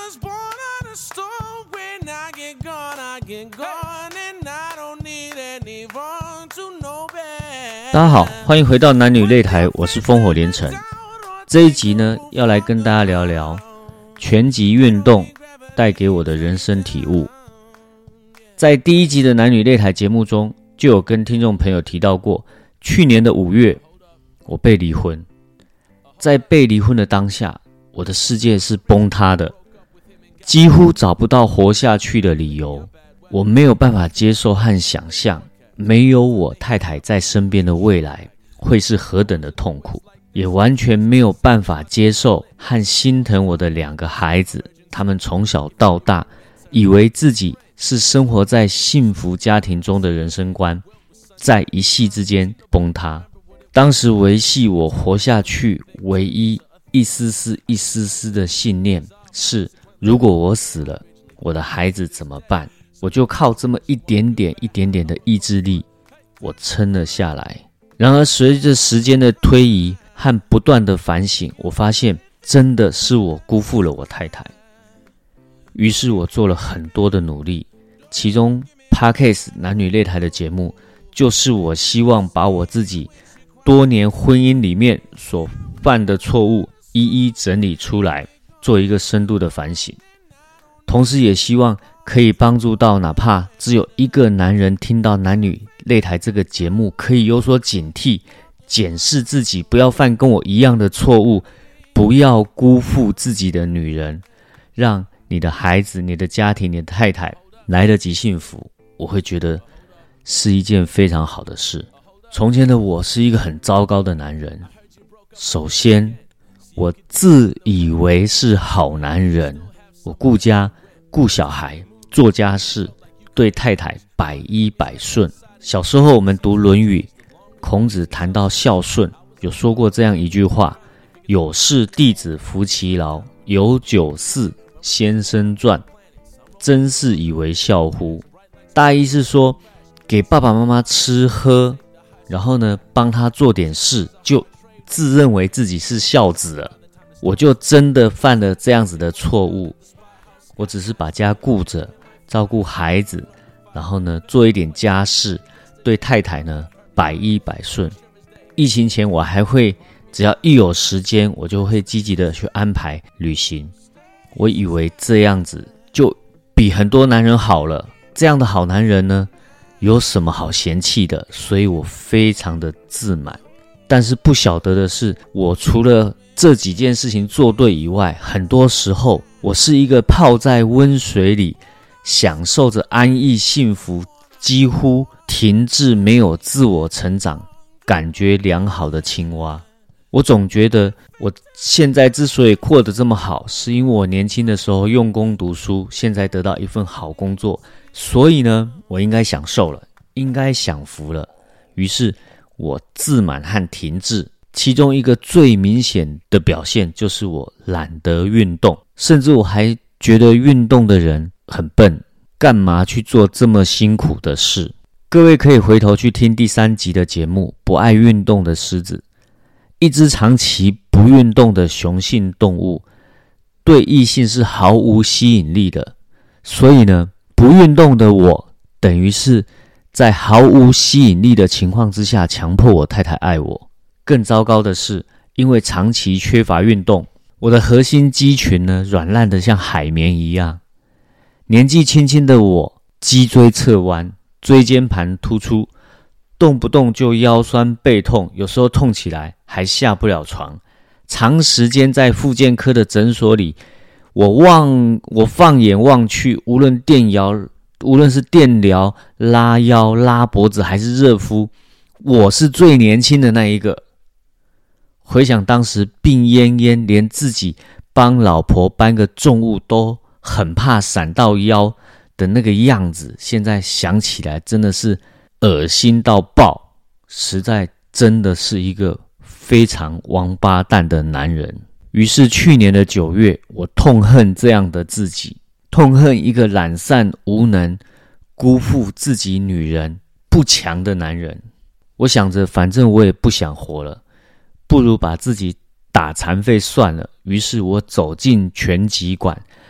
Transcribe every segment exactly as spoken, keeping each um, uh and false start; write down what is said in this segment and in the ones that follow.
was born on a stone. When I get gone, I get gone, and I don't need anyone to know better. 大家好，欢迎回到男女擂台，我是烽火连城。这一集呢，要来跟大家聊聊拳击运动带给我的人生体悟。在第一集的男女擂台节目中，就有跟听众朋友提到过，去年的五月，我被离婚。在被离婚的当下，我的世界是崩塌的，几乎找不到活下去的理由。我没有办法接受和想象，没有我太太在身边的未来会是何等的痛苦，也完全没有办法接受和心疼我的两个孩子，他们从小到大以为自己是生活在幸福家庭中的人生观，在一夕之间崩塌。当时维系我活下去唯一一丝丝一丝丝的信念是，如果我死了，我的孩子怎么办？我就靠这么一点点一点点的意志力，我撑了下来。然而随着时间的推移和不断的反省，我发现真的是我辜负了我太太。于是我做了很多的努力，其中 Podcast 男女擂台的节目，就是我希望把我自己多年婚姻里面所犯的错误一一整理出来，做一个深度的反省。同时也希望可以帮助到哪怕只有一个男人听到男女擂台这个节目，可以有所警惕，检视自己，不要犯跟我一样的错误，不要辜负自己的女人，让你的孩子、你的家庭、你的太太来得及幸福，我会觉得是一件非常好的事。从前的我是一个很糟糕的男人，首先我自以为是好男人，我顾家顾小孩做家事，对太太百依百顺。小时候我们读论语，孔子谈到孝顺，有说过这样一句话：有事弟子服其劳，有酒肆先生馔，真是以为孝乎。大意是说，给爸爸妈妈吃喝，然后呢帮他做点事，就自认为自己是孝子了。我就真的犯了这样子的错误，我只是把家顾着，照顾孩子，然后呢做一点家事，对太太呢百依百顺。疫情前我还会只要一有时间，我就会积极的去安排旅行。我以为这样子就比很多男人好了，这样的好男人呢有什么好嫌弃的？所以我非常的自满。但是不晓得的是，我除了这几件事情做对以外，很多时候我是一个泡在温水里，享受着安逸幸福，几乎停滞没有自我成长，感觉良好的青蛙。我总觉得我现在之所以过得这么好，是因为我年轻的时候用功读书，现在得到一份好工作，所以呢我应该享受了，应该享福了。于是我自满和停滞，其中一个最明显的表现就是我懒得运动，甚至我还觉得运动的人很笨，干嘛去做这么辛苦的事？各位可以回头去听第三集的节目，不爱运动的狮子。一只长期不运动的雄性动物，对异性是毫无吸引力的。所以呢，不运动的我，等于是在毫无吸引力的情况之下，强迫我太太爱我。更糟糕的是，因为长期缺乏运动，我的核心肌群呢，软烂得像海绵一样。年纪轻轻的我，脊椎侧弯，椎间盘突出，动不动就腰酸背痛，有时候痛起来还下不了床。长时间在复健科的诊所里，我望我放眼望去，无论电疗，无论是电疗、拉腰、拉脖子还是热敷，我是最年轻的那一个。回想当时病恹恹，连自己帮老婆搬个重物都很怕闪到腰的那个样子，现在想起来真的是恶心到爆，实在真的是一个非常王八蛋的男人。于是去年的九月，我痛恨这样的自己，痛恨一个懒散无能、辜负自己女人、不强的男人。我想着反正我也不想活了，不如把自己打残废算了。于是我走进拳击馆，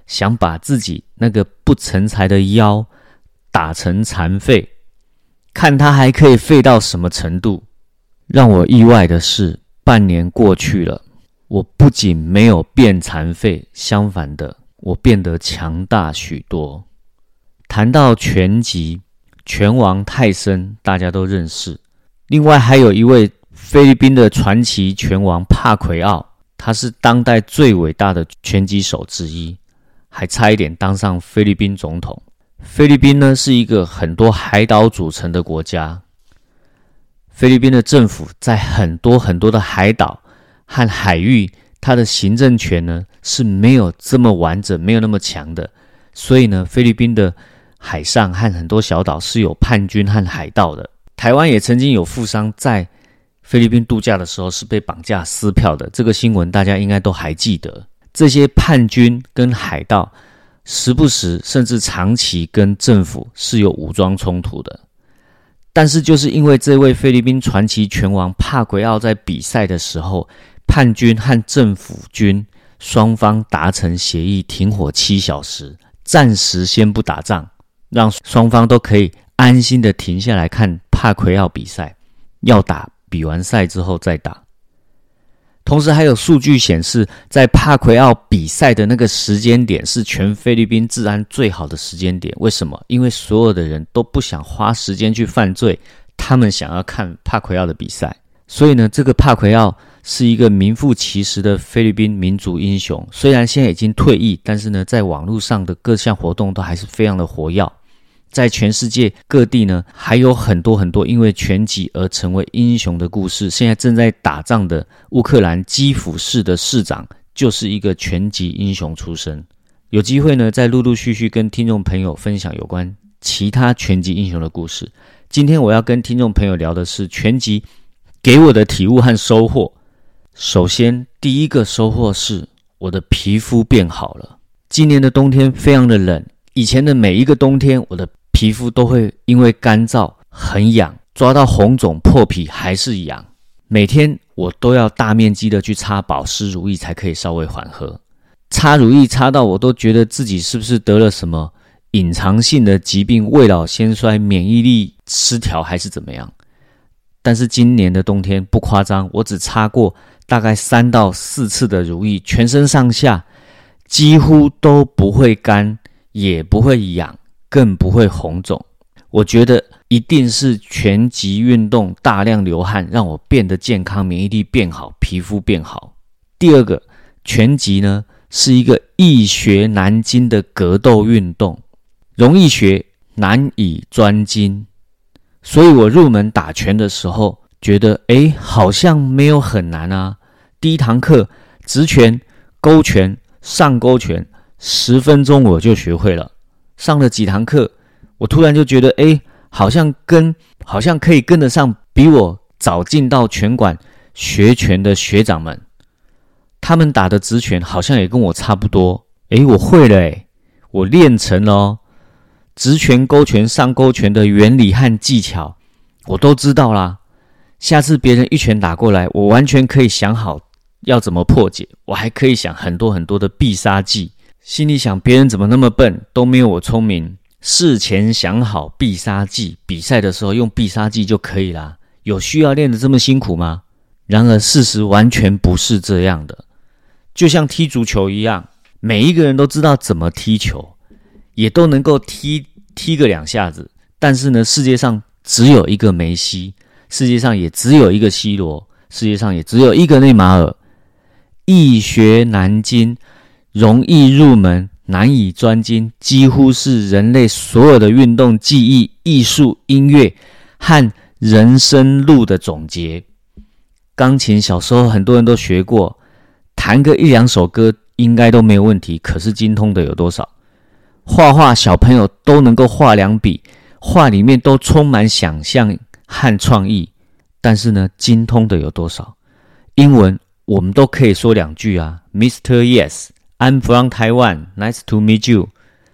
想把自己那个不成才的腰打成残废，看他还可以废到什么程度。让我意外的是，半年过去了，我不仅没有变残废，相反的，我变得强大许多。谈到拳击，拳王泰森大家都认识，另外还有一位菲律宾的传奇拳王帕奎奥，他是当代最伟大的拳击手之一，还差一点当上菲律宾总统。菲律宾呢是一个很多海岛组成的国家，菲律宾的政府在很多很多的海岛和海域，它的行政权呢是没有这么完整，没有那么强的，所以呢，菲律宾的海上和很多小岛是有叛军和海盗的。台湾也曾经有富商在菲律宾度假的时候是被绑架撕票的，这个新闻大家应该都还记得。这些叛军跟海盗时不时甚至长期跟政府是有武装冲突的，但是就是因为这位菲律宾传奇拳王帕奎奥在比赛的时候，叛军和政府军双方达成协议，停火七小时，暂时先不打仗，让双方都可以安心的停下来看帕奎奥比赛，要打比完赛之后再打。同时还有数据显示，在帕奎奥比赛的那个时间点是全菲律宾治安最好的时间点。为什么？因为所有的人都不想花时间去犯罪，他们想要看帕奎奥的比赛。所以呢，这个帕奎奥是一个名副其实的菲律宾民族英雄，虽然现在已经退役，但是呢，在网络上的各项活动都还是非常的活跃。在全世界各地呢，还有很多很多因为拳击而成为英雄的故事。现在正在打仗的乌克兰基辅市的市长就是一个拳击英雄出身。有机会呢，再陆陆续续跟听众朋友分享有关其他拳击英雄的故事。今天我要跟听众朋友聊的是拳击给我的体悟和收获。首先，第一个收获是我的皮肤变好了。今年的冬天非常的冷，以前的每一个冬天，我的皮肤都会因为干燥很痒，抓到红肿破皮还是痒，每天我都要大面积的去擦保湿乳液才可以稍微缓和。擦乳液擦到我都觉得自己是不是得了什么隐藏性的疾病，未老先衰，免疫力失调还是怎么样。但是今年的冬天不夸张，我只擦过大概三到四次的乳液，全身上下几乎都不会干，也不会痒，更不会红肿。我觉得一定是拳击运动大量流汗，让我变得健康，免疫力变好，皮肤变好。第二个，拳击呢是一个易学难精的格斗运动，容易学，难以专精。所以我入门打拳的时候，觉得诶，好像没有很难啊。第一堂课，直拳、勾拳、上勾拳，十分钟我就学会了。上了几堂课，我突然就觉得，诶，好像跟好像可以跟得上比我早进到拳馆学拳的学长们，他们打的直拳好像也跟我差不多。诶，我会了诶，我练成了哦。直拳、勾拳、上勾拳的原理和技巧我都知道啦。下次别人一拳打过来，我完全可以想好要怎么破解，我还可以想很多很多的必杀技。心里想，别人怎么那么笨，都没有我聪明。事前想好必杀技，比赛的时候用必杀技就可以啦。有需要练得这么辛苦吗？然而事实完全不是这样的。就像踢足球一样，每一个人都知道怎么踢球，也都能够踢踢个两下子。但是呢，世界上只有一个梅西，世界上也只有一个 C 罗，世界上也只有一个内马尔。易学难精，容易入门，难以专精，几乎是人类所有的运动、技艺、艺术、音乐和人生路的总结。钢琴小时候很多人都学过，弹个一两首歌应该都没有问题，可是精通的有多少？画画小朋友都能够画两笔，画里面都充满想象和创意，但是呢，精通的有多少？英文我们都可以说两句啊 ，Mister Yes。I'm from Taiwan. Nice to meet you.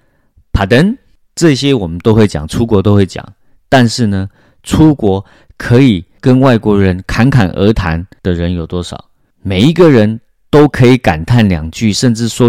Pardon? 这些我们都会讲，出国都会讲。但是呢，出国可以跟外国人侃侃而谈的人有多少？每一个人都可以感叹两句，甚至说出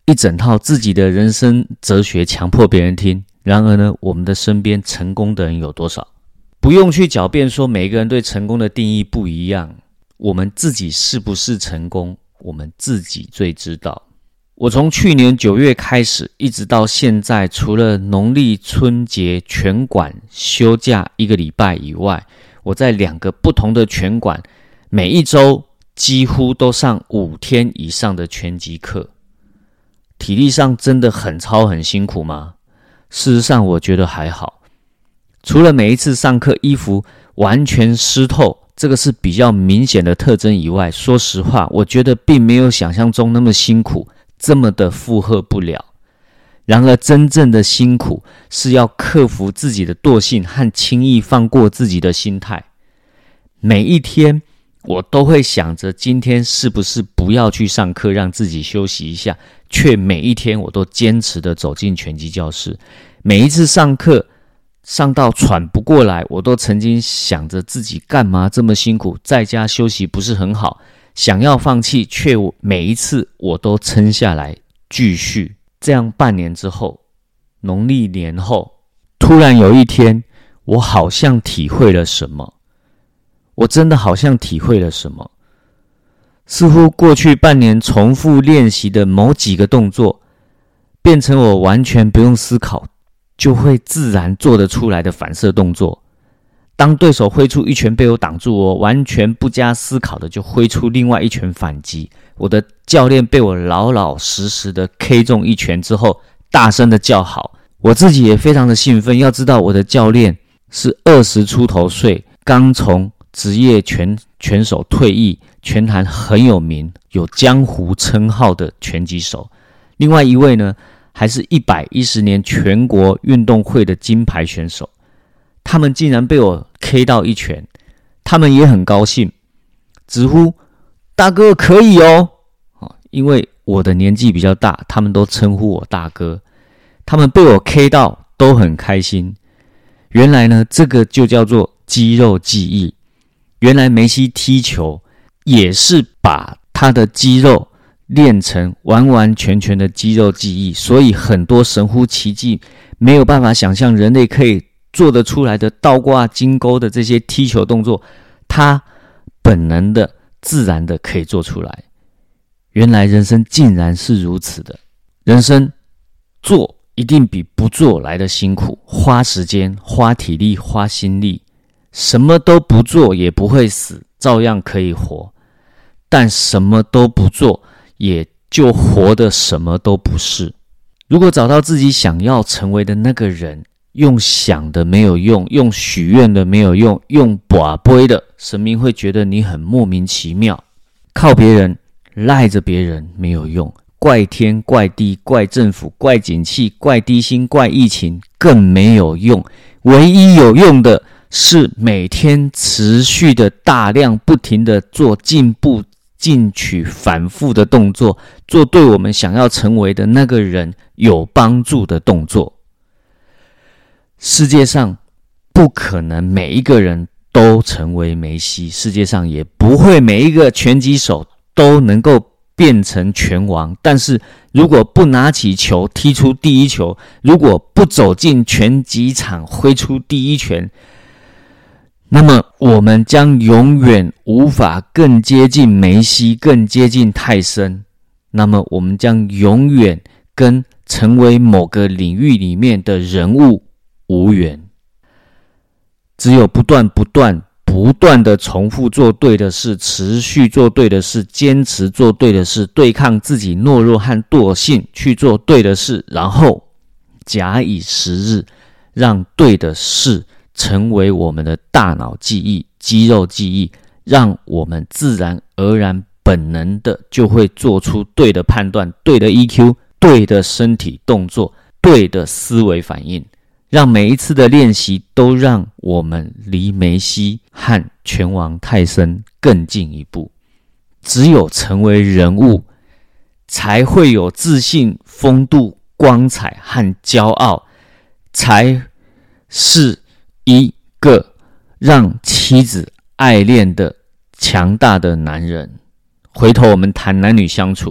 一整套自己的人生哲学强迫别人听。然而呢，我们的身边成功的人有多少？不用去狡辩说每个人对成功的定义不一样，我们自己是不是成功，我们自己最知道。我从去年九月开始一直到现在，除了农历春节拳馆休假一个礼拜以外，我在两个不同的拳馆每一周几乎都上五天以上的拳击课。体力上真的很操很辛苦吗？事实上我觉得还好，除了每一次上课衣服完全湿透，这个是比较明显的特征以外，说实话我觉得并没有想象中那么辛苦，这么的负荷不了。然而真正的辛苦是要克服自己的惰性和轻易放过自己的心态。每一天我都会想着今天是不是不要去上课，让自己休息一下，却每一天我都坚持的走进拳击教室。每一次上课上到喘不过来，我都曾经想着自己干嘛这么辛苦，在家休息不是很好，想要放弃，却每一次我都撑下来继续。这样半年之后，农历年后，突然有一天我好像体会了什么，我真的好像体会了什么。似乎过去半年重复练习的某几个动作，变成我完全不用思考就会自然做得出来的反射动作。当对手挥出一拳被我挡住，我完全不加思考的就挥出另外一拳反击。我的教练被我老老实实的 K 中一拳之后，大声的叫好。我自己也非常的兴奋，要知道我的教练是二十出头岁，刚从职业拳拳手退役，拳坛很有名，有江湖称号的拳击手。另外一位呢，还是一百一十年全国运动会的金牌选手。他们竟然被我 K 到一拳，他们也很高兴，直呼大哥可以哦。因为我的年纪比较大，他们都称呼我大哥。他们被我 K 到都很开心。原来呢，这个就叫做肌肉记忆。原来梅西踢球也是把他的肌肉练成完完全全的肌肉记忆，所以很多神乎其技没有办法想象人类可以做得出来的倒挂金钩的这些踢球动作，他本能的自然的可以做出来。原来人生竟然是如此的，人生做一定比不做来的辛苦，花时间花体力花心力，什么都不做也不会死，照样可以活，但什么都不做也就活得什么都不是。如果找到自己想要成为的那个人，用想的没有用，用许愿的没有用，用跋杯的，神明会觉得你很莫名其妙。靠别人赖着别人没有用，怪天怪地怪政府怪景气怪低薪怪疫情更没有用。唯一有用的是每天持续的大量不停的做进步进取反复的动作，做对我们想要成为的那个人有帮助的动作。世界上不可能每一个人都成为梅西，世界上也不会每一个拳击手都能够变成拳王，但是如果不拿起球踢出第一球，如果不走进拳击场挥出第一拳，那么我们将永远无法更接近梅西，更接近泰森，那么我们将永远跟成为某个领域里面的人物无缘。只有不断不断不断的重复做对的事，持续做对的事，坚持做对的事，对抗自己懦弱和惰性，去做对的事，然后假以时日，让对的事成为我们的大脑记忆、肌肉记忆，让我们自然而然本能的就会做出对的判断、对的 E Q、对的身体动作、对的思维反应，让每一次的练习都让我们离梅西和拳王泰森更进一步。只有成为人物，才会有自信、风度、光彩和骄傲，才是一个让妻子爱恋的强大的男人。回头我们谈男女相处，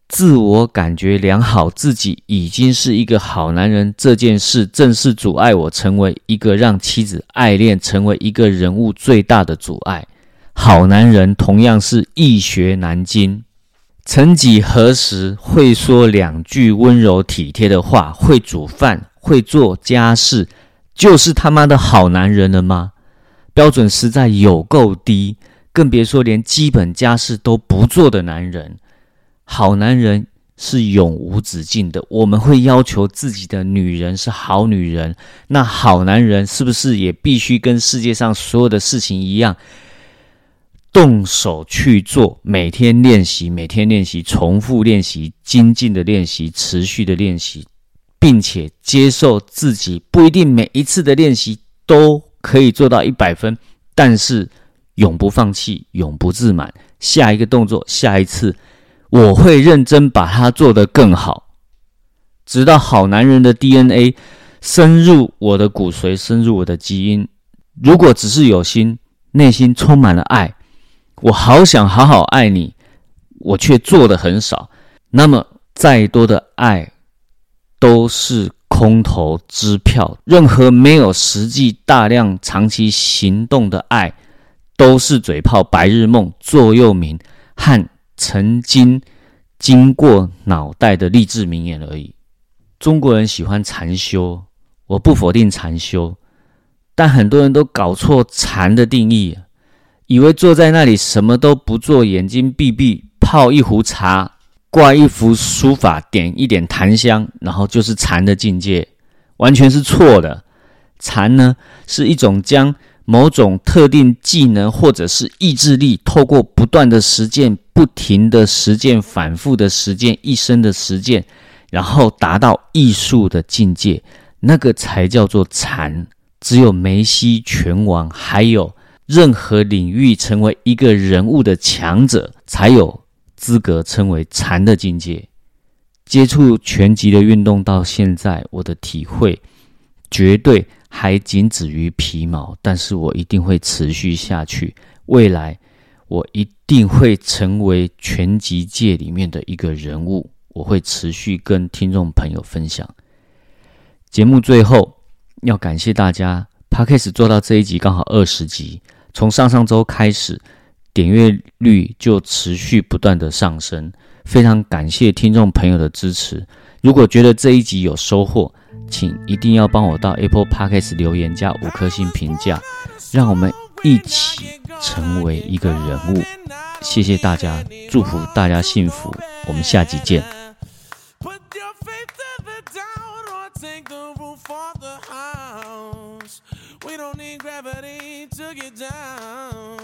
自我感觉良好，自己已经是一个好男人，这件事正是阻碍我成为一个让妻子爱恋成为一个人物最大的阻碍。好男人同样是易学难精，曾几何时会说两句温柔体贴的话，会煮饭，会做家事，就是他妈的好男人了吗？标准实在有够低，更别说连基本家事都不做的男人。好男人是永无止境的，我们会要求自己的女人是好女人，那好男人是不是也必须跟世界上所有的事情一样，动手去做，每天练习，每天练习，重复练习，精进的练习，持续的练习，并且接受自己不一定每一次的练习都可以做到一百分，但是永不放弃，永不自满，下一个动作，下一次我会认真把它做得更好，直到好男人的 D N A 深入我的骨髓，深入我的基因。如果只是有心，内心充满了爱，我好想好好爱你，我却做得很少，那么再多的爱都是空头支票，任何没有实际大量长期行动的爱都是嘴炮、白日梦、座右铭和曾经经过脑袋的励志名言而已。中国人喜欢禅修，我不否定禅修，但很多人都搞错禅的定义，以为坐在那里什么都不做，眼睛闭闭，泡一壶茶，挂一幅书法，点一点檀香，然后就是禅的境界，完全是错的。禅呢，是一种将某种特定技能或者是意志力，透过不断的实践，不停的实践，反复的实践，一生的实践，然后达到艺术的境界，那个才叫做禅。只有梅西拳王，还有任何领域成为一个人物的强者，才有资格称为禅的境界。接触拳击的运动到现在，我的体会绝对还仅止于皮毛，但是我一定会持续下去。未来我一定会成为拳击界里面的一个人物，我会持续跟听众朋友分享。节目最后要感谢大家 Podcast 做到这一集刚好二十集，从上上周开始点阅率就持续不断的上升，非常感谢听众朋友的支持。如果觉得这一集有收获，请一定要帮我到 Apple Podcast 留言加五颗星评价，让我们一起成为一个人物。谢谢大家，祝福大家幸福，我们下集见。We don't need gravity to get down.